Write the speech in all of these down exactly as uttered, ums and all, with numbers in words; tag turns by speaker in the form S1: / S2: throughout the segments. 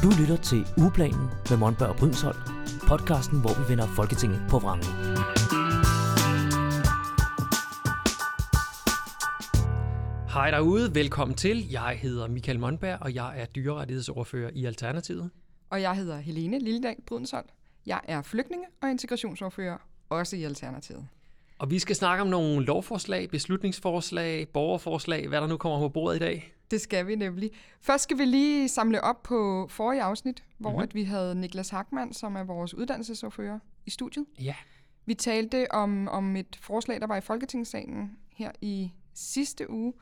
S1: Du lytter til Ugeplanen med Monberg og Brydensholt, podcasten, hvor vi vender Folketinget på vrangen.
S2: Hej derude, velkommen til. Jeg hedder Michael Monberg, og jeg er dyrerettighedsordfører i Alternativet.
S3: Og jeg hedder Helene Lilledag Brydensholt. Jeg er flygtninge- og integrationsordfører, også i Alternativet.
S2: Og vi skal snakke om nogle lovforslag, beslutningsforslag, borgerforslag, hvad der nu kommer på bordet i dag.
S3: Det skal vi nemlig. Først skal vi lige samle op på forrige afsnit, hvor
S2: Mm-hmm.
S3: at vi havde Niklas Hackmann, som er vores uddannelsesordfører, i studiet.
S2: Ja.
S3: Vi talte om, om et forslag, der var i Folketingssalen her i sidste uge,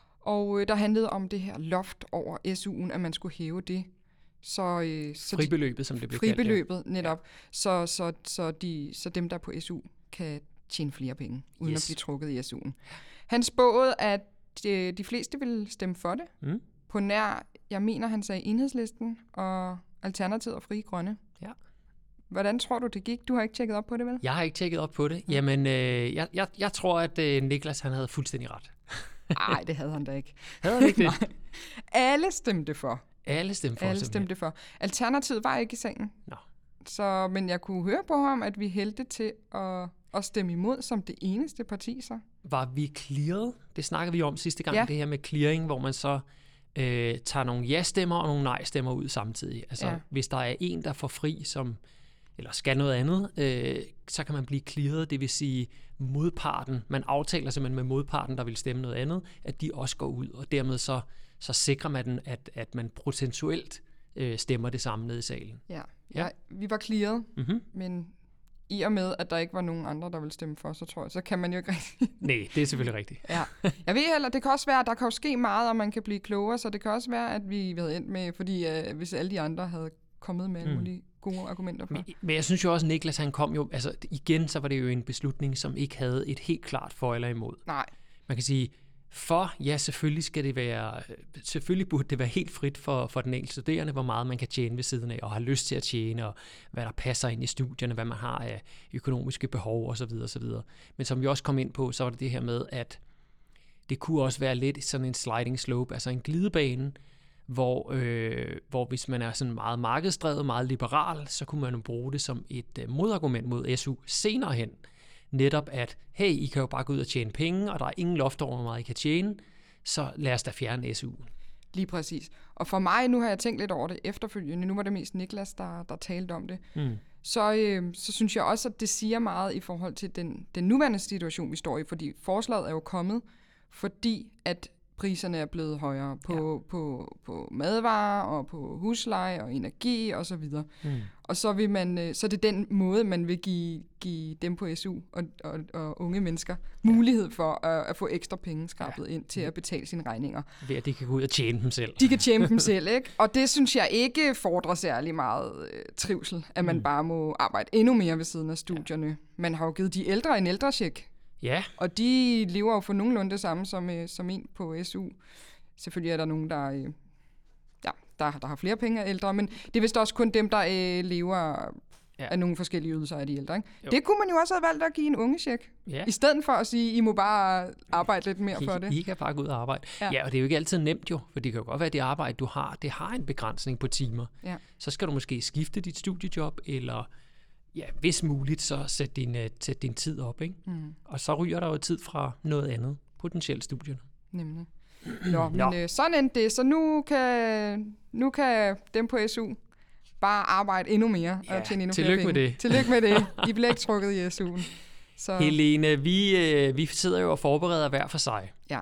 S3: og øh, der handlede om det her loft over S U'en, at man skulle hæve det. Så, øh, så
S2: Fribeløbet, som det blev kaldt.
S3: Fribeløbet, netop. Så, så, så, de, så dem, der er på S U, kan tjene flere penge, uden yes. at blive trukket i S U'en. Han spåede, at de, de fleste ville stemme for det.
S2: Mm.
S3: På nær, jeg mener, han sagde Enhedslisten og Alternativet og Frie Grønne.
S2: Ja.
S3: Hvordan tror du, det gik? Du har ikke tjekket op på det, vel?
S2: Jeg har ikke tjekket op på det. Jamen, øh, jeg, jeg, jeg tror, at øh, Niklas han havde fuldstændig ret.
S3: Nej, det havde han da ikke.
S2: Havde han ikke det?
S3: Nej. Alle stemte for.
S2: Alle stemte for.
S3: Alle
S2: simpelthen.
S3: stemte for. Alternativet var ikke i sagen.
S2: Nå.
S3: Så, men jeg kunne høre på ham, at vi hældte til at, at stemme imod som det eneste parti, så.
S2: Var vi clearet? Det snakkede vi om sidste gang,
S3: Ja.
S2: det her med clearing, hvor man så øh, tager nogle ja-stemmer og nogle nej-stemmer ud samtidig. Altså,
S3: Ja.
S2: hvis der er en, der får fri, som eller skal noget andet, øh, så kan man blive clearet, det vil sige modparten. Man aftaler simpelthen med modparten, der vil stemme noget andet, at de også går ud, og dermed så, så sikrer man, den, at, at man procentuelt øh, stemmer det samme nede i salen.
S3: Ja,
S2: Ja.
S3: ja vi var clearet,
S2: Mm-hmm.
S3: men i og med, at der ikke var nogen andre, der ville stemme for, så tror jeg, så kan man jo ikke rigtig.
S2: Nej, det er selvfølgelig rigtigt.
S3: Ja. Jeg ved heller, det kan også være, at der kan jo ske meget, og man kan blive klogere, så det kan også være, at vi havde endt med, fordi uh, hvis alle de andre havde kommet med alle
S2: Mm.
S3: mulige gode argumenter for.
S2: Men, men jeg synes jo også, at Niklas han kom jo, altså igen, så var det jo en beslutning, som ikke havde et helt klart for eller imod.
S3: Nej,
S2: Man kan sige, for, ja, selvfølgelig skal det være, selvfølgelig burde det være helt frit for, for den enkelte studerende, hvor meget man kan tjene ved siden af, og har lyst til at tjene, og hvad der passer ind i studierne, hvad man har af økonomiske behov osv. osv. Men som vi også kom ind på, så var det det her med, at det kunne også være lidt sådan en sliding slope, altså en glidebane, hvor, øh, hvor hvis man er sådan meget markedsdrevet, meget liberal, så kunne man jo bruge det som et øh, modargument mod S U senere hen. Netop at, hey, I kan jo bare gå ud og tjene penge, og der er ingen loft over, hvor meget I kan tjene, så lad os da fjerne S U.
S3: lige præcis. Og for mig, nu har jeg tænkt lidt over det efterfølgende, nu var det mest Niklas, der, der talte om det,
S2: Mm.
S3: så, øh, så synes jeg også, at det siger meget i forhold til den, den nuværende situation, vi står i, fordi forslaget er jo kommet, fordi at priserne er blevet højere på, ja. på, på madvarer og på husleje og energi og så videre.
S2: Mm.
S3: Og så vil man, øh, så er det den måde, man vil give, give dem på S U og, og, og unge mennesker mulighed for at, at få ekstra penge skrabet ja. ind til at betale sine regninger.
S2: Ved at de kan gå ud og tjene dem selv.
S3: De kan tjene dem selv, ikke? Og det synes jeg ikke fordrer særlig meget øh, trivsel, at man
S2: Mm.
S3: bare må arbejde endnu mere ved siden af studierne. Ja. Man har jo givet de ældre en ældrecheck,
S2: Ja,
S3: og de lever jo for nogenlunde det samme som, øh, som en på S U. Selvfølgelig er der nogen, der, øh, ja, der, der har flere penge af ældre, men det er vist også kun dem, der øh, lever
S2: Ja.
S3: af nogle forskellige ydelser af de ældre. Ikke?
S2: Jo.
S3: Det kunne man jo også have valgt at give en ungecheck,
S2: ja.
S3: i stedet for at sige, I må bare arbejde lidt mere for
S2: I,
S3: det.
S2: I kan bare gå ud og arbejde. Ja.
S3: Ja.
S2: ja, og det er jo ikke altid nemt jo, for det kan jo godt være, at det arbejde, du har, det har en begrænsning på timer.
S3: Ja.
S2: Så skal du måske skifte dit studiejob, eller ja, hvis muligt, så sæt din, uh, sæt din tid op, ikke?
S3: Mm,
S2: Og så ryger der jo tid fra noget andet, potentielt studierne.
S3: nemlig. Nå, men
S2: Nå.
S3: øh, sådan endte det. Så nu kan, nu kan dem på S U bare arbejde endnu mere
S2: Ja,
S3: og tjene endnu
S2: tillykke
S3: flere
S2: med
S3: penge.
S2: det.
S3: Tillykke med det. I bliver ikke trukket i S U'en. Så
S2: Helene, vi, øh, vi sidder jo og forbereder hver for sig.
S3: ja,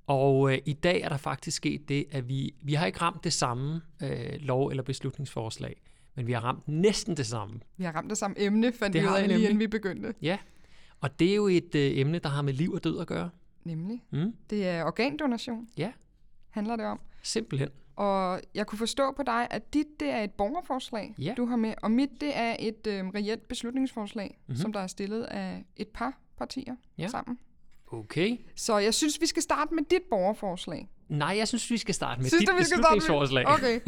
S2: Og øh, i dag er der faktisk sket det, at vi, vi har ikke ramt det samme øh, lov- eller beslutningsforslag, men vi har ramt næsten det samme.
S3: vi har ramt det samme emne, fandt
S2: Det
S3: vi ud
S2: har vi
S3: af lige
S2: nemlig.
S3: inden vi begyndte.
S2: Ja, og det er jo et øh, emne, der har med liv og død at gøre.
S3: Nemlig.
S2: Mm?
S3: Det er organdonation,
S2: Ja,
S3: handler det om.
S2: simpelthen.
S3: Og jeg kunne forstå på dig, at dit det er et borgerforslag,
S2: Ja.
S3: du har med, og mit det er et øh, reelt beslutningsforslag,
S2: Mhm.
S3: mm-hmm. som der er stillet af et par partier
S2: Ja.
S3: sammen.
S2: Okay.
S3: Så jeg synes, vi skal starte med dit borgerforslag.
S2: Nej, jeg synes, vi skal starte med
S3: Synes
S2: dit
S3: du, vi skal starte med-
S2: beslutningsforslag.
S3: Okay.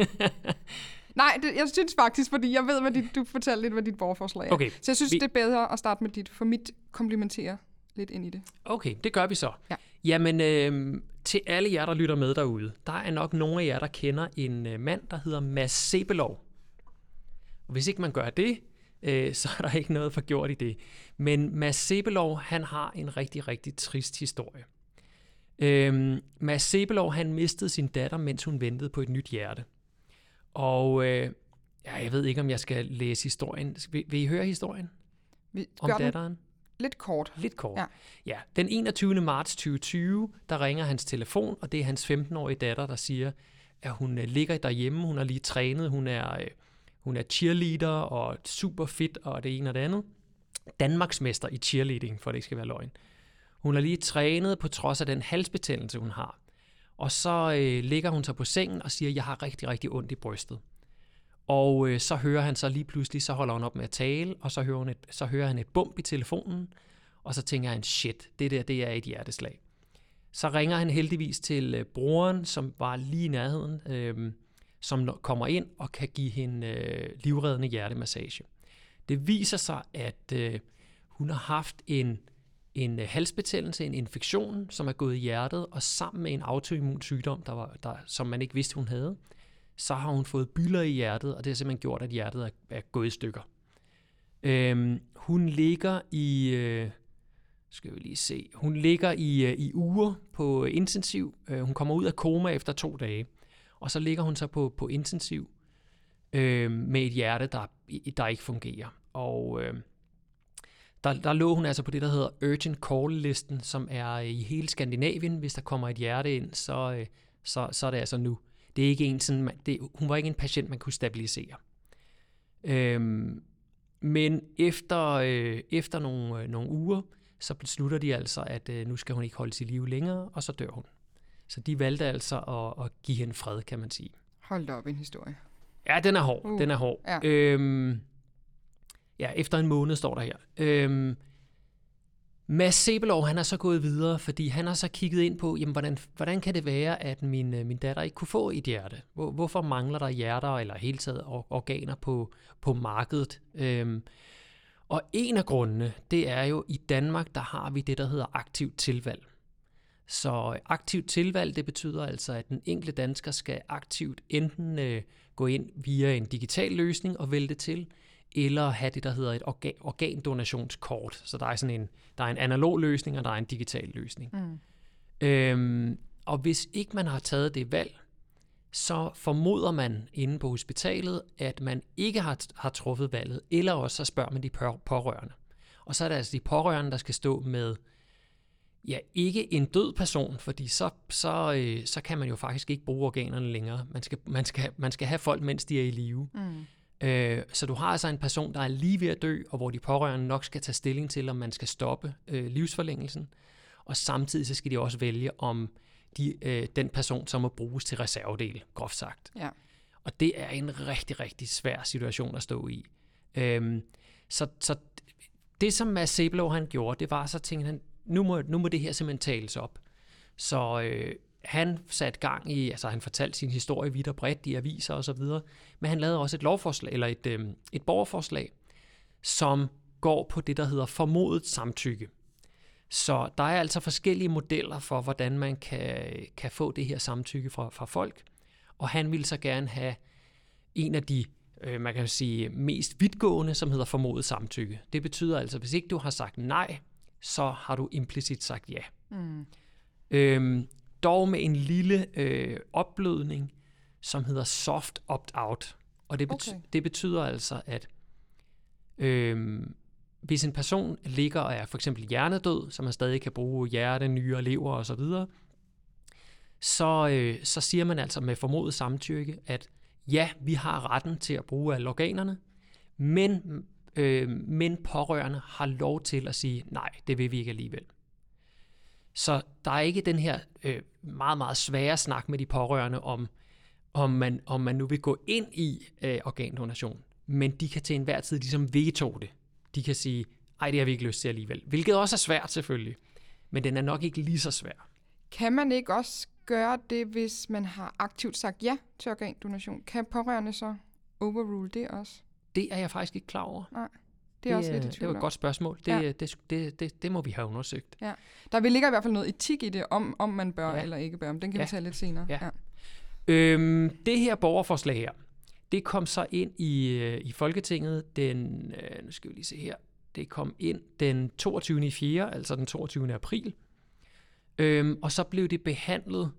S3: Nej, det, jeg synes faktisk, fordi jeg ved, hvad dit, du fortæller lidt, hvad dit borgerforslag er.
S2: Okay,
S3: Så jeg synes,
S2: vi-
S3: det er bedre at starte med dit, for mit komplementerer lidt ind i det.
S2: Okay, det gør vi så.
S3: Ja.
S2: Jamen, øh, til alle jer, der lytter med derude, der er nok nogle af jer, der kender en øh, mand, der hedder Mads Sebbelov. Og hvis ikke man gør det, øh, så er der ikke noget forgjort i det. Men Mads Sebbelov, han har en rigtig, rigtig trist historie. Øh, Mads Sebbelov, han mistede sin datter, mens hun ventede på et nyt hjerte. Og øh, ja, jeg ved ikke, om jeg skal læse historien. Vil, vil I høre historien
S3: Vi
S2: om
S3: gør
S2: datteren?
S3: Den lidt kort.
S2: Lidt kort.
S3: Ja.
S2: ja. Den enogtyvende marts tyve tyve, der ringer hans telefon, og det er hans femten-årige datter, der siger, at hun øh, ligger derhjemme, hun har lige trænet, hun er, øh, hun er cheerleader og super fit og det ene og det andet. Danmarksmester i cheerleading, for det ikke skal være løgn. Hun har lige trænet på trods af den halsbetændelse, hun har. Og så øh, ligger hun sig på sengen og siger, jeg har rigtig, rigtig ondt i brystet. Og øh, så hører han så lige pludselig, så holder hun op med at tale, og så hører, hun et, så hører han et bump i telefonen, og så tænker han, shit, det der, det er et hjerteslag. Så ringer han heldigvis til øh, broren, som var lige i nærheden, øh, som kommer ind og kan give hende øh, livreddende hjertemassage. Det viser sig, at øh, hun har haft en, en øh, halsbetændelse, en infektion, som er gået i hjertet, og sammen med en autoimmun sygdom, der var, der, som man ikke vidste, hun havde, så har hun fået bylder i hjertet, og det har simpelthen gjort, at hjertet er, er gået i stykker. Øhm, hun ligger i, øh, skal vi lige se, hun ligger i, øh, i uger på intensiv. Øh, hun kommer ud af koma efter to dage, og så ligger hun så på, på intensiv øh, med et hjerte, der, der ikke fungerer. Og øh, der, der lå hun altså på det, der hedder Urgent Call-listen, som er i hele Skandinavien. Hvis der kommer et hjerte ind, så, øh, så, så er det altså nu. Det er ikke en sådan, man, det, hun var ikke en patient, man kunne stabilisere. Øhm, men efter, øh, efter nogle, øh, nogle uger, så beslutter de altså, at øh, nu skal hun ikke holde sit liv længere, og så dør hun. Så de valgte altså at, at give hende fred, kan man sige.
S3: Hold da op, en historie.
S2: Ja, den er hård.
S3: Uh,
S2: den er hård.
S3: Ja.
S2: Øhm, ja, efter en måned står der her. Øhm, Mads Sebbelov, han er så gået videre, fordi han har så kigget ind på, jamen, hvordan, hvordan kan det være, at min, min datter ikke kunne få et hjerte? Hvor, hvorfor mangler der hjerter eller hele taget organer på, på markedet? Øhm, og en af grundene, det er jo, i Danmark, der har vi det, der hedder aktivt tilvalg. Så aktivt tilvalg, det betyder altså, at den enkelte dansker skal aktivt enten øh, gå ind via en digital løsning og vælge det til, eller have det, der hedder et organ, organdonationskort. Så der er sådan en, der er en analog løsning, og der er en digital løsning. Mm. Øhm, og hvis ikke man har taget det valg, så formoder man inde på hospitalet, at man ikke har, har truffet valget, eller også så spørger man de pårørende. Og så er det altså de pårørende, der skal stå med, ja, ikke en død person, fordi så, så, øh, så kan man jo faktisk ikke bruge organerne længere. Man skal, man skal, man skal have folk, mens de er i live. Mm. Øh, så du har altså en person, der er lige ved at dø, og hvor de pårørende nok skal tage stilling til, om man skal stoppe øh, livsforlængelsen. Og samtidig så skal de også vælge, om de, øh, den person, som må bruges til reservedel, groft sagt.
S3: Ja.
S2: Og det er en rigtig, rigtig svær situation at stå i. Øh, så, så det, som Mads Sebbelov han gjorde, det var så tænkte han, nu må, nu må det her simpelthen tales op. Så øh, han satte gang i, altså han fortalte sin historie vidt og bredt i aviser og så videre, men han lavede også et lovforslag, eller et, øh, et borgerforslag, som går på det, der hedder formodet samtykke. Så der er altså forskellige modeller for, hvordan man kan, kan få det her samtykke fra, fra folk, og han ville så gerne have en af de, øh, man kan sige, mest vidtgående, som hedder formodet samtykke. Det betyder altså, hvis ikke du har sagt nej, så har du implicit sagt ja. Mm. Øhm, dog med en lille øh, opblødning, som hedder soft opt-out. Og det, bety- okay. det betyder altså, at øh, hvis en person ligger og er for eksempel hjernedød, så man stadig kan bruge hjerte, nyre, lever osv., så, så, øh, så siger man altså med formodet samtykke, at ja, vi har retten til at bruge alle organerne, men Øh, men pårørende har lov til at sige, nej, det vil vi ikke alligevel. Så der er ikke den her øh, meget, meget svære snak med de pårørende om, om man, om man nu vil gå ind i øh, organdonation. Men de kan til enhver tid ligesom veto det. De kan sige, ej, det har vi ikke lyst til alligevel. Hvilket også er svært selvfølgelig, men den er nok ikke lige så svær.
S3: Kan man ikke også gøre det, hvis man har aktivt sagt ja til organdonation? Kan pårørende så overrule det også?
S2: Det er jeg faktisk ikke klar over.
S3: Nej. Det er
S2: det,
S3: også lidt i tvivl
S2: det var et
S3: om.
S2: godt spørgsmål. Det,
S3: Ja.
S2: det, det, det, det, det må vi have undersøgt.
S3: Ja. Der vil ligger i hvert fald noget etik i det, om, om man bør
S2: Ja.
S3: eller ikke bør. Men den kan
S2: Ja.
S3: vi tage lidt senere.
S2: Ja. Øhm, det her borgerforslag her, det kom så ind i, øh, i Folketinget den, øh, nu skal vi lige se her, det kom ind den toogtyvende fjerde, altså den toogtyvende april. Øhm, og så blev det behandlet,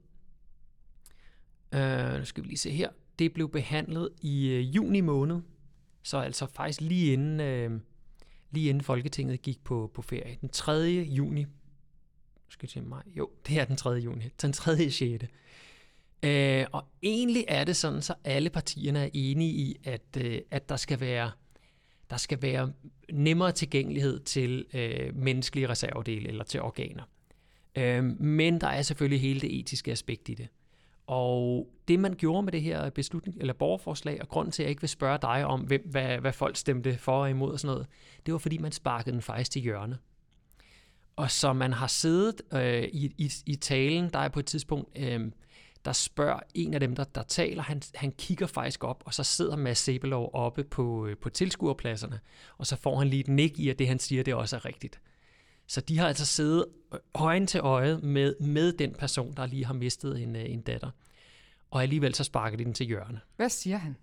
S2: øh, nu skal vi lige se her, det blev behandlet i øh, juni måned, så altså faktisk lige inden, øh, lige inden Folketinget gik på, på ferie. Den tredje juni, skal jeg sige mig, jo, det er den tredje juni, den tredje sjette. Øh, og egentlig er det sådan, så alle partierne er enige i, at, øh, at der skal være der skal være nemmere tilgængelighed til øh, menneskelige reservedele eller til organer. Øh, men der er selvfølgelig hele det etiske aspekt i det. Og det man gjorde med det her beslutning eller borgerforslag, og grunden til at jeg ikke vil spørge dig om, hvem, hvad, hvad folk stemte for og imod og sådan noget, det var fordi man sparkede den faktisk til hjørne. Og så man har siddet øh, i, i, i talen, der er på et tidspunkt, øh, der spørger en af dem, der, der taler, han, han kigger faktisk op, og så sidder Mads Sebelov oppe på, på tilskuerpladserne, og så får han lige et nik i, at det han siger, det også er rigtigt. Så de har altså siddet øjen til øje med, med den person, der lige har mistet en, en datter, og alligevel så sparker de den til hjørne.
S3: Hvad siger han?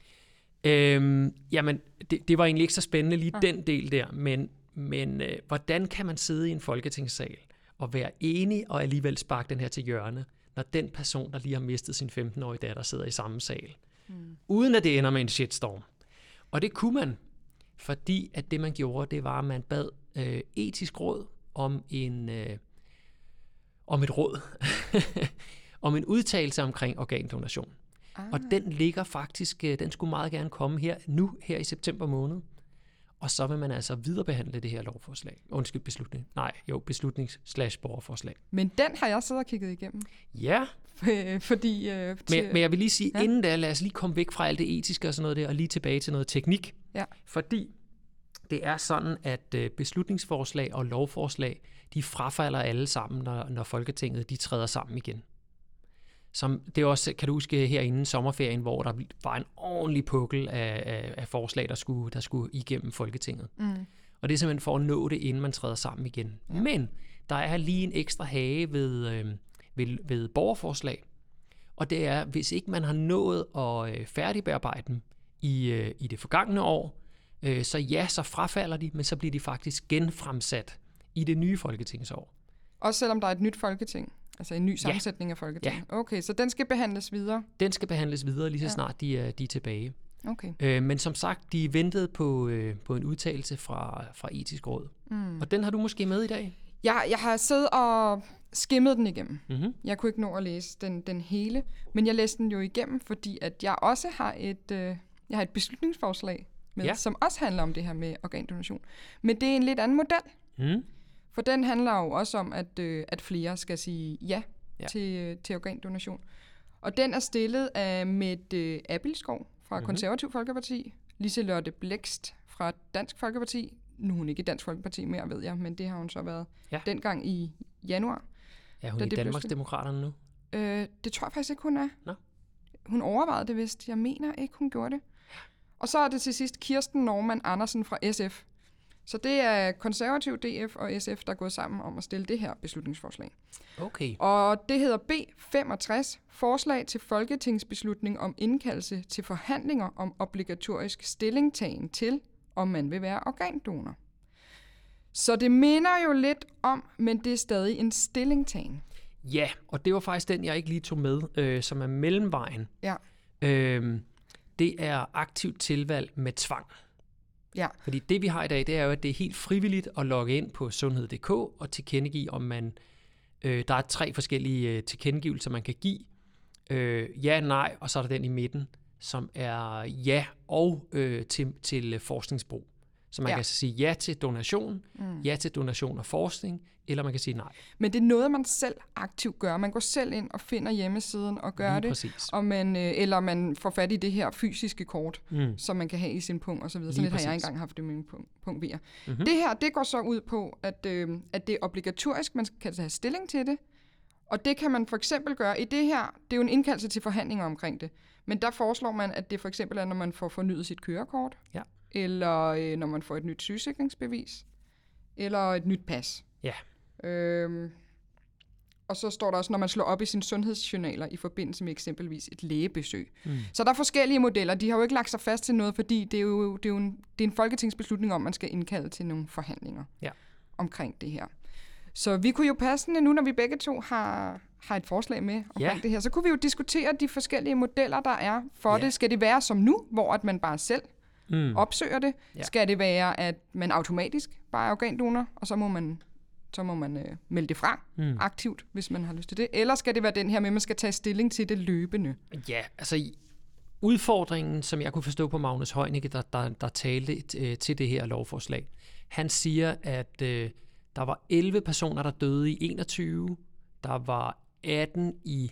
S2: Øhm, jamen, det, det var egentlig ikke så spændende lige ah. den del der, men, men øh, hvordan kan man sidde i en folketingssal og være enig og alligevel sparke den her til hjørne, når den person, der lige har mistet sin femten-årige datter, sidder i samme sal. Mm. Uden at det ender med en shitstorm. Og det kunne man, fordi at det man gjorde, det var, at man bad øh, etisk råd om en øh, om et råd. om en udtalelse omkring organdonation. Ah. Og den ligger faktisk, øh, den skulle meget gerne komme her nu, her i september måned. Og så vil man altså viderebehandle det her lovforslag. Undskyld, beslutning. Nej, jo, beslutnings slash borgerforslag.
S3: Men den har jeg siddet og kigget igennem.
S2: Ja.
S3: Fordi... Øh, til...
S2: men, men jeg vil lige sige, ja. inden da, lad os lige komme væk fra alt det etiske og sådan noget der, og lige tilbage til noget teknik.
S3: Ja.
S2: Fordi det er sådan, at øh, beslutningsforslag og lovforslag, de frafalder alle sammen, når, når Folketinget de træder sammen igen. Som det er også, kan du huske, herinde i sommerferien, hvor der var en ordentlig pukkel af, af, af forslag, der skulle, der skulle igennem Folketinget. Mm. Og det er simpelthen for at nå det, inden man træder sammen igen. Ja. Men der er lige en ekstra hage ved, øh, ved, ved borgerforslag, og det er, hvis ikke man har nået at øh, færdigbearbejde dem i, øh, i det forgangne år, øh, så ja, så frafalder de, men så bliver de faktisk genfremsat i det nye folketingsår.
S3: Også selvom der er et nyt folketing? Altså en ny sammensætning ja. af Folketinget?
S2: Ja.
S3: Okay, så den skal behandles videre?
S2: Den skal behandles videre, lige så
S3: ja.
S2: snart de er, de er tilbage.
S3: Okay.
S2: Øh, men som sagt, de ventede på, øh, på en udtalelse fra, fra Etisk Råd. Mm. Og den har du måske med i dag?
S3: Ja, jeg har siddet og skimmet den igennem.
S2: Mm-hmm.
S3: Jeg kunne ikke nå at læse den, den hele, men jeg læste den jo igennem, fordi at jeg også har et, øh, jeg har et beslutningsforslag med, ja. som også handler om det her med organdonation. Men det er en lidt anden model. Mm. For den handler jo også om, at, øh, at flere skal sige ja, ja. Til, til organdonation. Og den er stillet af Mette Abildskov fra mm-hmm. Konservativ Folkeparti, Liselotte Blixt fra Dansk Folkeparti. Nu er hun ikke i Dansk Folkeparti mere, ved jeg, men det har hun så været ja. dengang i januar.
S2: Er hun i Danmarksdemokraterne nu?
S3: Øh, det tror jeg faktisk ikke, hun er.
S2: Nå.
S3: Hun overvejede det vist. Jeg mener ikke, hun gjorde det. Og så er det til sidst Kirsten Normann Andersen fra S F. Så det er Konservativ, D F og S F, der er gået sammen om at stille det her beslutningsforslag.
S2: Okay.
S3: Og det hedder B femogtres, forslag til folketingsbeslutning om indkaldelse til forhandlinger om obligatorisk stillingtagen til, om man vil være organdonor. Så det minder jo lidt om, men det er stadig en stillingtagen.
S2: Ja, og det var faktisk den, jeg ikke lige tog med, øh, som er mellemvejen.
S3: Ja.
S2: Øh, det er aktivt tilvalg med tvang.
S3: Ja.
S2: Fordi det, vi har i dag, det er jo, at det er helt frivilligt at logge ind på sundhed punktum d k og tilkendegive, om man... Øh, der er tre forskellige øh, tilkendegivelser, man kan give. Øh, ja, nej, og så er der den i midten, som er ja og øh, til, til forskningsbrug. Så man ja. kan sige ja til donation, mm. ja til donation og forskning, eller man kan sige nej.
S3: Men det er noget, man selv aktivt gør. Man går selv ind og finder hjemmesiden og gør
S2: Lige
S3: det.
S2: Præcis.
S3: Og man, øh, eller man får fat i det her fysiske kort, mm. som man kan have i sin punkt og så videre. Sådan lidt har jeg engang haft det med min punkt, punkt V'er. Mm-hmm. Det her, det går så ud på, at, øh, at det er obligatorisk, man kan tage stilling til det. Og det kan man for eksempel gøre i det her, det er jo en indkaldelse til forhandlinger omkring det. Men der foreslår man, at det for eksempel er, når man får fornyet sit kørekort,
S2: ja.
S3: eller øh, når man får et nyt sygesikringsbevis, eller et nyt pas.
S2: Ja.
S3: Øhm, og så står der også, når man slår op i sine sundhedsjournaler i forbindelse med eksempelvis et lægebesøg. Mm. Så der er forskellige modeller. De har jo ikke lagt sig fast til noget, fordi det er jo, det er jo en, det er en folketingsbeslutning om, man skal indkalde til nogle forhandlinger
S2: ja. omkring
S3: det her. Så vi kunne jo passende nu, når vi begge to har, har et forslag med omkring ja. det her, så kunne vi jo diskutere de forskellige modeller, der er for ja. det. Skal det være som nu, hvor at man bare selv mm. opsøger det? Ja. Skal det være, at man automatisk bare er organdonor, og så må man, så må man øh, melde det fra mm. aktivt, hvis man har lyst til det? Eller skal det være den her med, at man skal tage stilling til det løbende?
S2: Ja, altså udfordringen, som jeg kunne forstå på Magnus Heunicke, der, der, der talte øh, til det her lovforslag, han siger, at øh, der var elleve personer, der døde i enogtyve, der var atten i,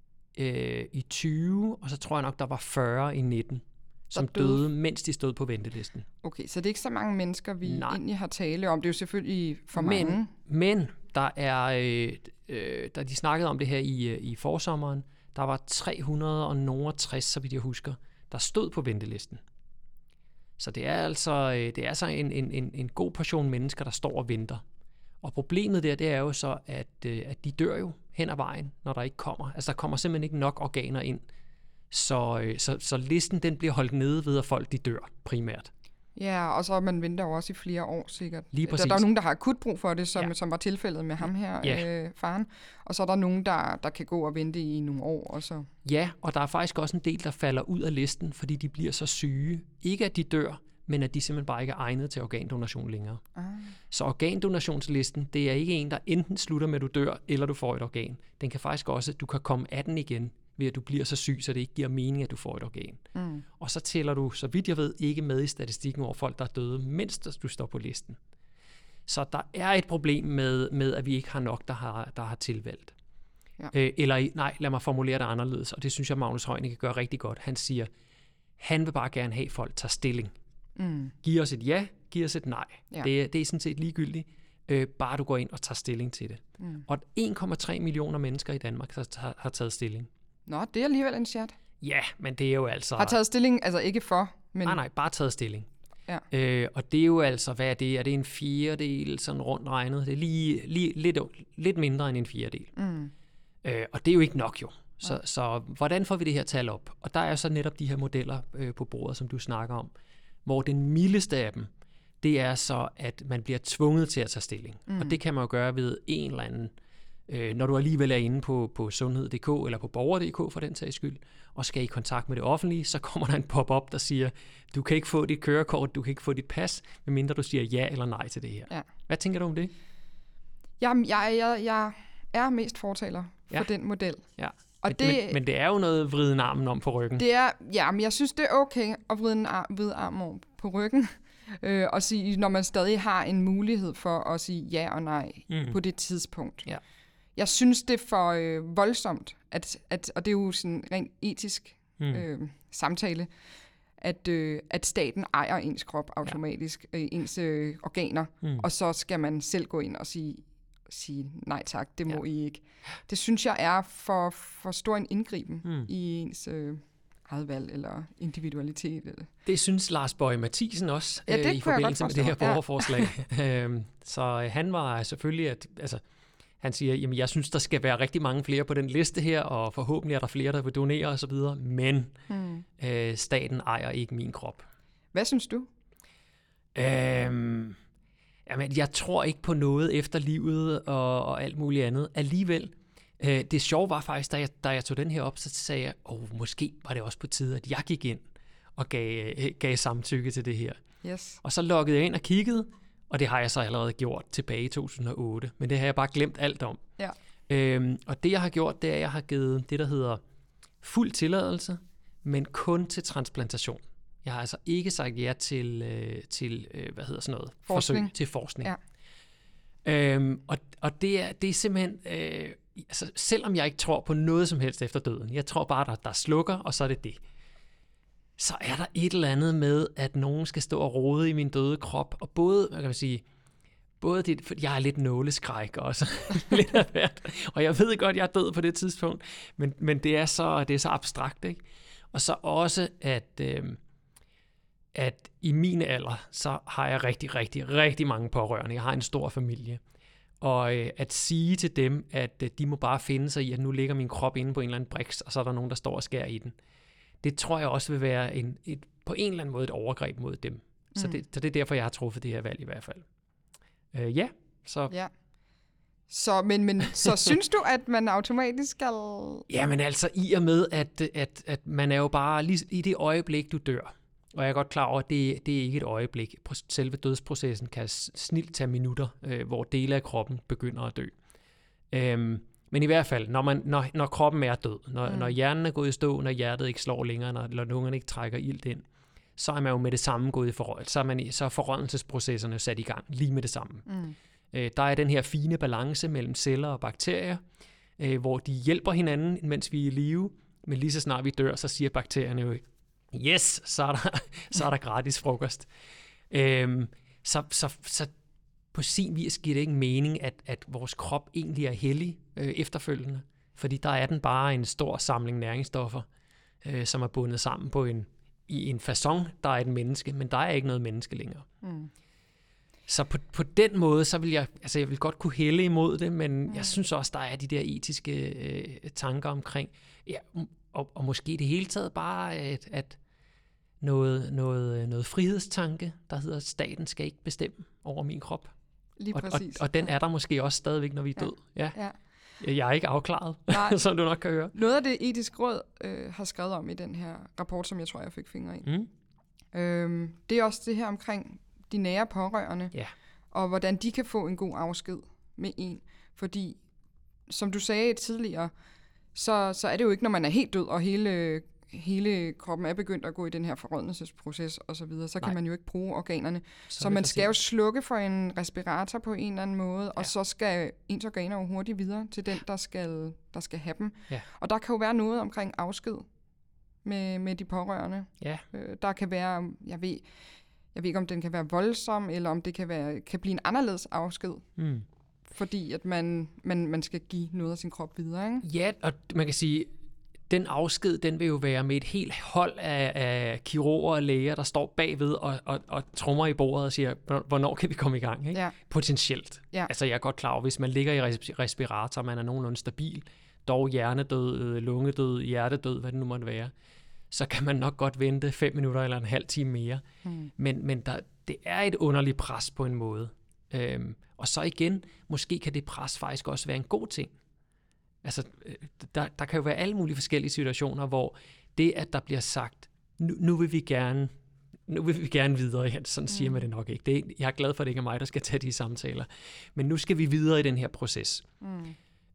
S2: øh, i tyve, og så tror jeg nok, der var fyrre i nitten, som døde. døde, mens de stod på ventelisten.
S3: Okay, så det er ikke så mange mennesker, vi Nej. egentlig har tale om. Det er jo selvfølgelig for
S2: men,
S3: mange.
S2: Men der er, øh, øh, da de snakkede om det her i, i forsommeren, der var tre hundrede og tres, så vidt jeg husker, der stod på ventelisten. Så det er altså, det er altså en, en, en god portion mennesker, der står og venter. Og problemet der, det er jo så, at, at de dør jo hen ad vejen, når der ikke kommer. Altså, der kommer simpelthen ikke nok organer ind. Så, så, så listen, den bliver holdt nede ved, at folk de dør primært.
S3: Ja, og så man venter jo også i flere år sikkert.
S2: Lige præcis.
S3: Der, der er nogen, der har akut brug for det, som, ja. som var tilfældet med ham her, ja. øh, faren. Og så er der nogen, der, der kan gå og vente i nogle år. Og så.
S2: Ja, og der er faktisk også en del, der falder ud af listen, fordi de bliver så syge. Ikke at de dør, men at de simpelthen bare ikke er egnet til organdonation længere. Ah. Så organdonationslisten, det er ikke en, der enten slutter med, at du dør, eller du får et organ. Den kan faktisk også, du kan komme af den igen, ved at du bliver så syg, så det ikke giver mening, at du får et organ. Mm. Og så tæller du, så vidt jeg ved, ikke med i statistikken over folk, der er døde, mens du står på listen. Så der er et problem med, med at vi ikke har nok, der har, der har tilvalgt. Ja. Øh, eller nej, lad mig formulere det anderledes, og det synes jeg, Magnus Heunicke gør rigtig godt. Han siger, han vil bare gerne have, at folk tager stilling. Mm. Giv os et ja, giv os et nej. Ja. Det, det er sådan set ligegyldigt, øh, bare du går ind og tager stilling til det. Mm. Og en komma tre millioner mennesker i Danmark har, har taget stilling.
S3: Nå, det er alligevel en chat.
S2: Ja, men det er jo altså...
S3: Har taget stilling, altså ikke for, men...
S2: Nej, nej, bare taget stilling.
S3: Ja.
S2: Øh, og det er jo altså, hvad er det? Er det en fjerdedel, sådan rundt regnet? Det er lige, lige lidt, lidt mindre end en fjerdedel. Mm. Øh, og det er jo ikke nok jo. Så, ja. så hvordan får vi det her tal op? Og der er så netop de her modeller øh, på bordet, som du snakker om, hvor den mildeste af dem, det er så, at man bliver tvunget til at tage stilling. Mm. Og det kan man jo gøre ved en eller anden, øh, når du alligevel er inde på, på sundhed punktum d k eller på borger punktum d k for den sags skyld, og skal i kontakt med det offentlige, så kommer der en pop-up, der siger, du kan ikke få dit kørekort, du kan ikke få dit pas, medmindre du siger ja eller nej til det her. Ja. Hvad tænker du om det?
S3: Jamen, jeg, jeg, jeg er mest fortaler for ja. den model.
S2: Ja. Og men, det, men, men det er jo noget at vride armen om på ryggen.
S3: Det er, ja, men jeg synes, det er okay at vride en arm, vride armen om på ryggen, øh, og sige, når man stadig har en mulighed for at sige ja og nej mm. på det tidspunkt. Ja. Jeg synes, det er for øh, voldsomt, at, at, og det er jo sådan rent etisk mm. øh, samtale, at, øh, at staten ejer ens krop automatisk, ja. øh, ens øh, organer, mm. og så skal man selv gå ind og sige, sige nej tak, det må ja. I ikke. Det synes jeg er for, for stor en indgriben mm. i ens øh, eget valg eller individualitet. Eller.
S2: Det synes Lars Boje Mathiesen også ja, øh, i forbindelse med det her borgerforslag. Ja. øhm, så øh, han var selvfølgelig, at altså, han siger, jamen jeg synes, der skal være rigtig mange flere på den liste her, og forhåbentlig er der flere, der vil donere osv., men mm. øh, staten ejer ikke min krop.
S3: Hvad synes du?
S2: Øhm, jamen, jeg tror ikke på noget efter livet og, og alt muligt andet. Alligevel, øh, det sjove var faktisk, da jeg, da jeg tog den her op, så sagde jeg, åh, måske var det også på tide, at jeg gik ind og gav, gav samtykke til det her.
S3: Yes.
S2: Og så loggede jeg ind og kiggede, og det har jeg så allerede gjort tilbage i to tusind og otte, men det har jeg bare glemt alt om.
S3: Ja.
S2: Øhm, og det, jeg har gjort, det er, at jeg har givet det, der hedder fuld tilladelse, men kun til transplantation. Jeg har altså ikke sagt ja til, øh, til øh, hvad hedder sådan noget?
S3: Forskning.
S2: Forsøg til forskning.
S3: Ja.
S2: Øhm, og og det, er, det er simpelthen, øh, altså, selvom jeg ikke tror på noget som helst efter døden, jeg tror bare, der, der slukker, og så er det det. Så er der et eller andet med, at nogen skal stå og rode i min døde krop, og både, hvad kan man sige, både det, for jeg er lidt nåleskræk også, lidt af hvert, og jeg ved godt, jeg er død på det tidspunkt, men, men det, er så, det er så abstrakt, ikke? Og så også, at, øh, at i min alder, så har jeg rigtig, rigtig, rigtig mange pårørende. Jeg har en stor familie. Og øh, at sige til dem, at øh, de må bare finde sig i, at nu ligger min krop inde på en eller anden briks, og så er der nogen, der står og skærer i den. Det tror jeg også vil være en, et, på en eller anden måde et overgreb mod dem. Mm. Så, det, så det er derfor, jeg har truffet det her valg i hvert fald. Øh, ja, så...
S3: Ja. Så, men, men, så synes du, at man automatisk skal...
S2: Jamen altså, i og med, at, at, at man er jo bare lige i det øjeblik, du dør. Og jeg er godt klar over, at det, det er ikke et øjeblik. Selve dødsprocessen kan snilt tage minutter, øh, hvor dele af kroppen begynder at dø. Øhm, men i hvert fald, når, man, når, når kroppen er død, når, mm. når hjernen er gået i stå, når hjertet ikke slår længere, når, når lungerne ikke trækker ilt ind, så er man jo med det samme gået i forhold. Så er, man, så er forrådnelsesprocesserne sat i gang lige med det samme. Mm. Øh, der er den her fine balance mellem celler og bakterier, øh, hvor de hjælper hinanden, mens vi er i live, men lige så snart vi dør, så siger bakterierne jo, yes, så er der, så er der gratis frokost. Øhm, så, så, så på sin vis giver det ikke mening, at, at vores krop egentlig er hellig øh, efterfølgende, fordi der er den bare en stor samling næringsstoffer, øh, som er bundet sammen på en, i en façon, der er et menneske, men der er ikke noget menneske længere. Mm. Så på, på den måde, så vil jeg, altså jeg vil godt kunne hælde imod det, men mm. jeg synes også, der er de der etiske øh, tanker omkring, ja, og, og måske det hele taget bare, at, at noget, noget, noget frihedstanke, der hedder, at staten skal ikke bestemme over min krop.
S3: Lige præcis.
S2: Og, og, og den er der måske også stadigvæk, når vi er død. Ja. Ja. Jeg er ikke afklaret, som du nok kan høre.
S3: Noget af det etiske råd øh, har skrevet om i den her rapport, som jeg tror, jeg fik fingre i. Mm. Øhm, det er også det her omkring de nære pårørende, ja. Og hvordan de kan få en god afsked med en. Fordi, som du sagde tidligere, så, så er det jo ikke, når man er helt død, og hele, hele kroppen er begyndt at gå i den her forrådnelsesproces osv., så, videre, så kan man jo ikke bruge organerne. Så, så man skal jo slukke for en respirator på en eller anden måde, ja. Og så skal ens organer jo hurtigt videre til den, der skal, der skal have dem. Ja. Og der kan jo være noget omkring afsked med, med de pårørende. Ja. Øh, der kan være, jeg ved, jeg ved ikke, om den kan være voldsom, eller om det kan, være, kan blive en anderledes afsked. Mm. Fordi at man, man, man skal give noget af sin krop videre, ikke?
S2: Ja, og man kan sige, den afsked, den vil jo være med et helt hold af, af kirurger og læger, der står bagved og, og, og trommer i bordet og siger, hvornår kan vi komme i gang, ikke? Ja. Potentielt. Ja. Altså jeg er godt klar over, hvis man ligger i respirator, man er nogenlunde stabil, dog hjernedød, lungedød, hjertedød, hvad det nu måtte være, så kan man nok godt vente fem minutter eller en halv time mere. Hmm. Men, men der, det er et underligt pres på en måde. Øhm, og så igen, måske kan det pres faktisk også være en god ting. Altså, der, der kan jo være alle mulige forskellige situationer, hvor det, at der bliver sagt, nu, nu vil vi gerne, nu vil vi gerne videre, ja, sådan siger man det nok ikke. Det er, jeg er glad for, at det ikke er mig, der skal tage de samtaler. Men nu skal vi videre i den her proces. Mm.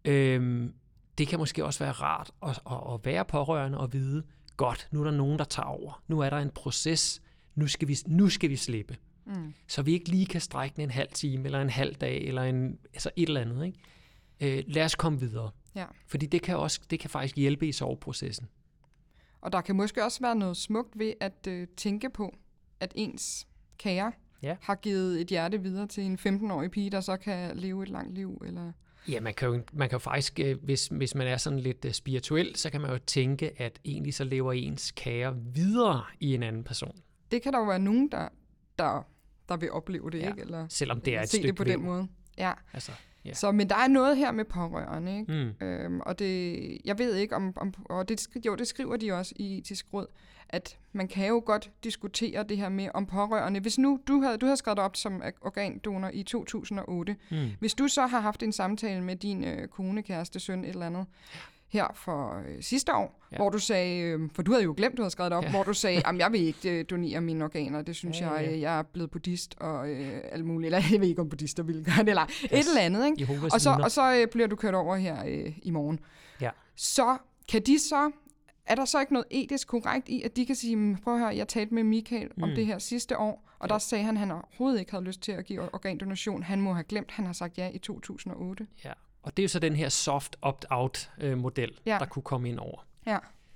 S2: Øhm, det kan måske også være rart at, at, at være pårørende og vide, godt, nu er der nogen, der tager over. Nu er der en proces. Nu skal vi, nu skal vi slippe. Mm. Så vi ikke lige kan strække den en halv time, eller en halv dag, eller en, altså et eller andet. Ikke? Øh, lad os komme videre. Ja. Fordi det kan, også, det kan faktisk hjælpe i soveprocessen.
S3: Og der kan måske også være noget smukt ved at øh, tænke på, at ens kære ja. har givet et hjerte videre til en femten-årig pige, der så kan leve et langt liv, eller...
S2: Ja, man kan jo, man kan jo faktisk, hvis, hvis man er sådan lidt uh, spirituel, så kan man jo tænke, at egentlig så lever ens kære videre i en anden person. Det kan
S3: der jo være nogen, der, der, der vil opleve det,
S2: ja.
S3: ikke? Eller
S2: selvom det er et
S3: se
S2: stykke
S3: det på
S2: væv.
S3: Den måde. Ja.
S2: Altså, ja.
S3: Så, men der er noget her med pårørende, ikke? Mm. Øhm, og det, jeg ved ikke, om, om og det, jo, det skriver de også i Etisk Råd, at man kan jo godt diskutere det her med om pårørende. Hvis nu du havde, du havde skrevet op som organdonor i to tusind og otte, mm. hvis du så har haft en samtale med din øh, kone, kæreste, søn, et eller andet, her for øh, sidste år, ja. hvor du sagde, øh, for du havde jo glemt, du havde skrevet det op, ja. hvor du sagde, jamen jeg vil ikke øh, donere mine organer, det synes ja, jeg, ja. jeg er blevet buddhist og øh, alt muligt, eller jeg ved ikke, om buddhister ville gøre det, eller yes. et eller andet, ikke? Og så, og så øh, bliver du kørt over her øh, i morgen. Ja. Så kan de så, er der så ikke noget etisk korrekt i, at de kan sige, prøv at høre, jeg talte med Michael mm. om det her sidste år, og ja. der sagde han, at han overhovedet ikke havde lyst til at give organdonation, han må have glemt, han har sagt ja i to tusind og otte.
S2: Ja. Og det er jo så den her soft opt-out-model, ja. der kunne komme ind over. Ja.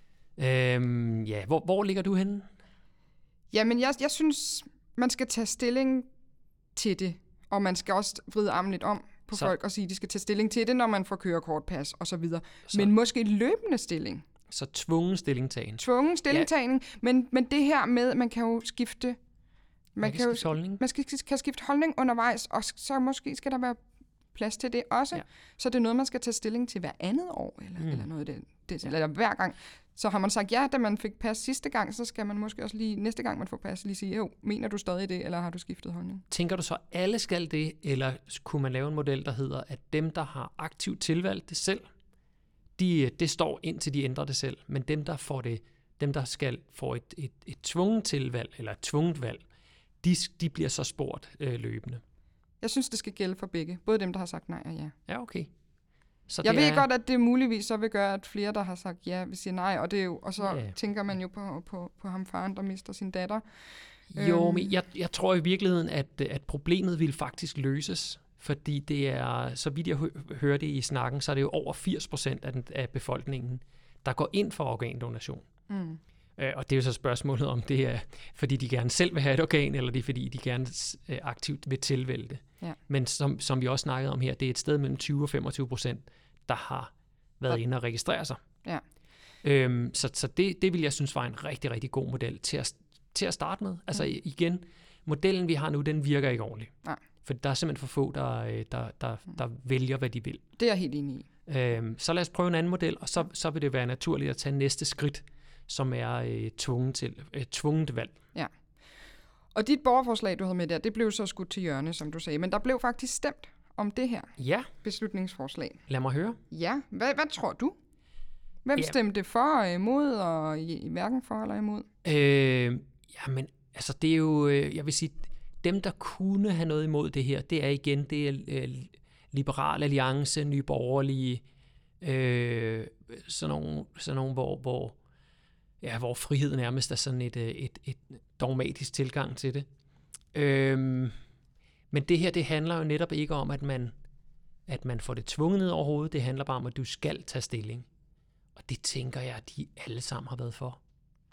S2: Øhm, ja, hvor, hvor ligger du henne?
S3: Jamen, jeg, jeg synes, man skal tage stilling til det, og man skal også vride armen lidt om på så. folk og sige, at de skal tage stilling til det, når man får kørekortpas og så videre. Så. Men måske løbende stilling.
S2: Så tvungen stillingtagen.
S3: Tvungen stillingtagen, ja. men, men det her med, man kan jo skifte... Man,
S2: man kan, kan skifte
S3: jo,
S2: holdning.
S3: Man skal, kan skifte holdning undervejs, og så måske skal der være plads til det også. Ja. Så det er noget, man skal tage stilling til hver andet år, eller, mm. eller noget det, det, ja. eller hver gang. Så har man sagt ja, da man fik pas sidste gang, så skal man måske også lige, næste gang man får pas, lige sige, jo, mener du stadig det, eller har du skiftet holdning?
S2: Tænker du så, at alle skal det, eller kunne man lave en model, der hedder, at dem, der har aktivt tilvalgt det selv, de, det står indtil de ændrer det selv, men dem, der får det, dem, der skal få et, et, et tvunget tilvalg, eller et tvunget valg, de, de bliver så spurgt øh, løbende.
S3: Jeg synes, det skal gælde for begge. Både dem, der har sagt nej og ja.
S2: Ja, okay. Så
S3: jeg ved
S2: er... godt,
S3: at det muligvis så vil gøre, at flere, der har sagt ja, vil sige nej, og, det er jo, og så
S2: ja.
S3: tænker man jo på, på, på ham faren, der mister sin datter.
S2: Jo, øhm. men jeg, jeg tror i virkeligheden, at, at problemet vil faktisk løses, fordi det er, så vidt jeg hø- hørte i snakken, så er det jo over firs procent af, den, af befolkningen, der går ind for organdonation. Mm. Øh, og det er jo så spørgsmålet, om det er, fordi de gerne selv vil have et organ, eller det er, fordi de gerne øh, aktivt vil tilvælge det. Ja. Men som, som vi også snakkede om her, det er et sted mellem tyve og femogtyve procent, der har været inde og registrere sig. Ja. Øhm, så så det, det vil jeg synes var en rigtig, rigtig god model til at, til at starte med. Altså mm. igen, modellen vi har nu, den virker ikke ordentligt. Nej. For der er simpelthen for få, der, der, der, der vælger, hvad de vil.
S3: Det er jeg helt enig i.
S2: Øhm, så lad os prøve en anden model, og så, så vil det være naturligt at tage næste skridt, som er øh, tvunget, til, øh, tvunget valg. Ja.
S3: Og dit borgerforslag, du havde med der, det blev så skudt til hjørne, som du sagde. Men der blev faktisk stemt om det her
S2: ja.
S3: beslutningsforslag.
S2: Lad mig høre.
S3: Ja. Hvad, hvad tror du? Hvem ja. stemte for og imod, og i, hverken for eller imod?
S2: Øh, jamen, altså det er jo, øh, jeg vil sige, dem der kunne have noget imod det her, det er igen, det er øh, Liberal Alliance, Nye Borgerlige, øh, sådan nogle, sådan nogle hvor, hvor Ja, hvor frihed nærmest er sådan et, et, et dogmatisk tilgang til det. Øhm, men det her, det handler jo netop ikke om, at man, at man får det tvunget ned over hovedet. Det handler bare om, at du skal tage stilling. Og det tænker jeg, at de alle sammen har været for.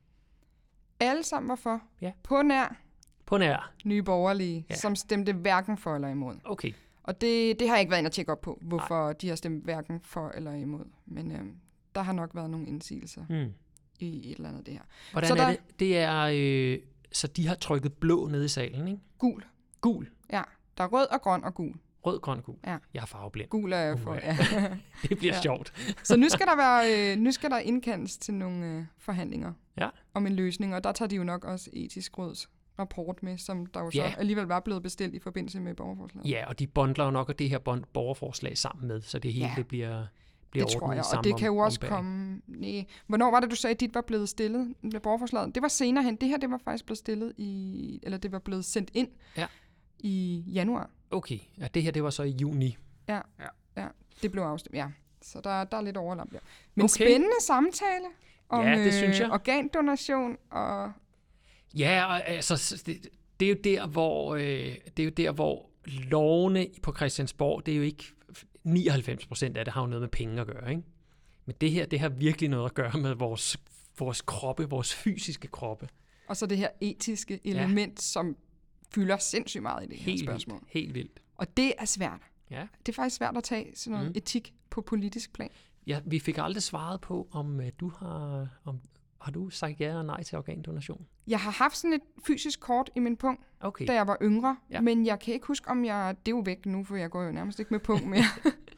S3: Alle sammen var for?
S2: Ja.
S3: På nær?
S2: På nær.
S3: Nye Borgerlige, ja. Som stemte hverken for eller imod.
S2: Okay.
S3: Og det, det har jeg ikke været inde at tjekke op på, hvorfor Nej. de har stemt hverken for eller imod. Men øhm, der har nok været nogle indsigelser. Hmm. i et eller andet det her.
S2: Hvordan så er der, det? Det er, øh, så de har trykket blå nede i salen, ikke?
S3: Gul.
S2: Gul?
S3: Ja, der er rød og grøn og gul.
S2: Rød, grøn og gul. Ja. Jeg er farveblind.
S3: Gul er for, uh, ja.
S2: Det bliver
S3: ja.
S2: sjovt.
S3: Så nu skal der være, øh, nu skal der indkaldes til nogle øh, forhandlinger
S2: ja.
S3: om en løsning, og der tager de jo nok også etisk råds rapport med, som der jo så ja. alligevel var blevet bestilt i forbindelse med borgerforslaget.
S2: Ja, og de bundler jo nok det her borgerforslag sammen med, så det hele ja. det bliver... Det
S3: tror jeg, og det kan jo også komme... Nej. Hvornår var det, du sagde, at dit var blevet stillet med borgerforslaget? Det var senere hen. Det her, det var faktisk blevet stillet i... Eller det var blevet sendt ind
S2: ja.
S3: i januar.
S2: Okay. Ja, det her, det var så i juni.
S3: Ja, ja. ja. Det blev afstemt, ja. Så der, der er lidt overlap der. Men okay. Spændende samtale om
S2: ja, det synes jeg.
S3: Øh, organdonation og...
S2: Ja, og, altså, det, det er jo der, hvor... Øh, det er jo der, hvor lovene på Christiansborg, det er jo ikke... nioghalvfems procent af det har jo noget med penge at gøre, ikke? Men det her, det har virkelig noget at gøre med vores, vores kroppe, vores fysiske kroppe.
S3: Og så det her etiske element, ja. som fylder sindssygt meget i det
S2: helt
S3: her spørgsmål.
S2: Vildt, helt vildt.
S3: Og det er svært.
S2: Ja.
S3: Det er faktisk svært at tage sådan noget mm. etik på politisk plan.
S2: Ja, vi fik aldrig svaret på, om du har... Om, har du sagt ja eller nej til organdonation?
S3: Jeg har haft sådan et fysisk kort i min punkt,
S2: okay.
S3: da jeg var yngre, ja. men jeg kan ikke huske, om jeg... Det er jo væk nu, for jeg går jo nærmest ikke med punkt mere.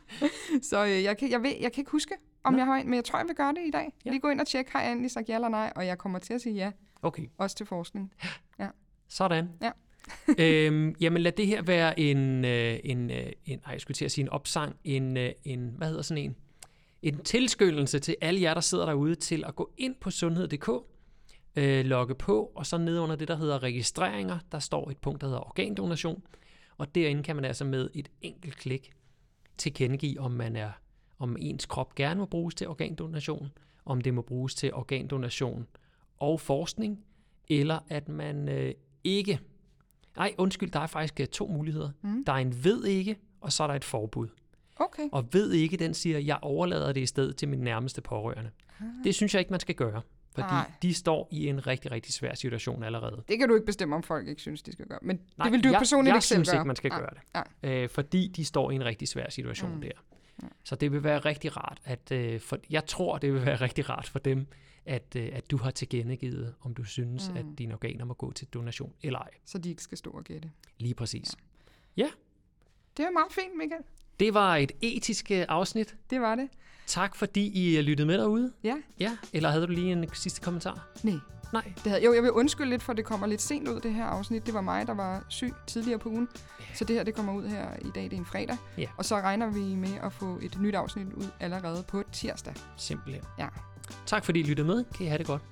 S3: Så øh, jeg, kan, jeg, ved, jeg kan ikke huske, om Nå. jeg har en, men jeg tror, jeg vil gøre det i dag. Ja. Lige gå ind og tjekke, har jeg endelig sagt ja eller nej, og jeg kommer til at sige ja.
S2: Okay.
S3: Også til forskning. Ja.
S2: Sådan.
S3: Ja.
S2: øhm, jamen lad det her være en... Øh, en, øh, en ej, jeg skulle til at sige en opsang. En, øh, en hvad hedder sådan en? En tilskyndelse til alle jer, der sidder derude, til at gå ind på sundhed punktum d k, øh, logge på, og så nede under det, der hedder registreringer, der står et punkt, der hedder organdonation, og derinde kan man altså med et enkelt klik tilkendegive, om man er, om ens krop gerne må bruges til organdonation, om det må bruges til organdonation og forskning, eller at man øh, ikke... Nej, undskyld, der er faktisk to muligheder. Mm. Der er en ved ikke, og så er der et forbud.
S3: Okay.
S2: Og ved ikke, den siger, jeg overlader det i stedet til min nærmeste pårørende. Ah. Det synes jeg ikke, man skal gøre, fordi Ej. de står i en rigtig, rigtig svær situation allerede.
S3: Det kan du ikke bestemme, om folk ikke synes, de skal gøre. Men
S2: Nej,
S3: det vil du
S2: jeg,
S3: personligt
S2: jeg
S3: ikke selv gøre.
S2: Jeg synes ikke, man skal Ej. gøre det. Øh, fordi de står i en rigtig svær situation mm. der.
S3: Ja.
S2: Så det vil være rigtig rart, at øh, for, jeg tror, det vil være rigtig rart for dem, at, øh, at du har tilkendegivet, om du synes, mm. at dine organer må gå til donation eller ej.
S3: Så de ikke skal stå og gætte.
S2: Lige præcis.
S3: Ja.
S2: Ja.
S3: Det er meget fint, Michael.
S2: Det var et etisk afsnit.
S3: Det var det.
S2: Tak fordi I lyttede med derude.
S3: Ja.
S2: Ja. Eller havde du lige en sidste kommentar?
S3: Nej.
S2: Nej.
S3: Det havde, jo, jeg vil undskylde lidt, for det kommer lidt sent ud, det her afsnit. Det var mig, der var syg tidligere på ugen.
S2: Ja.
S3: Så det her, det kommer ud her i dag, det er en fredag.
S2: Ja.
S3: Og så regner vi med at få et nyt afsnit ud allerede på tirsdag.
S2: Simpelthen.
S3: Ja.
S2: Tak fordi I lyttede med. Kan I have det godt.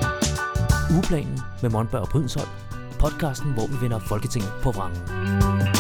S1: Ugeplanen med Monberg og Brydensholt. Podcasten, hvor vi vender Folketinget på vrangen.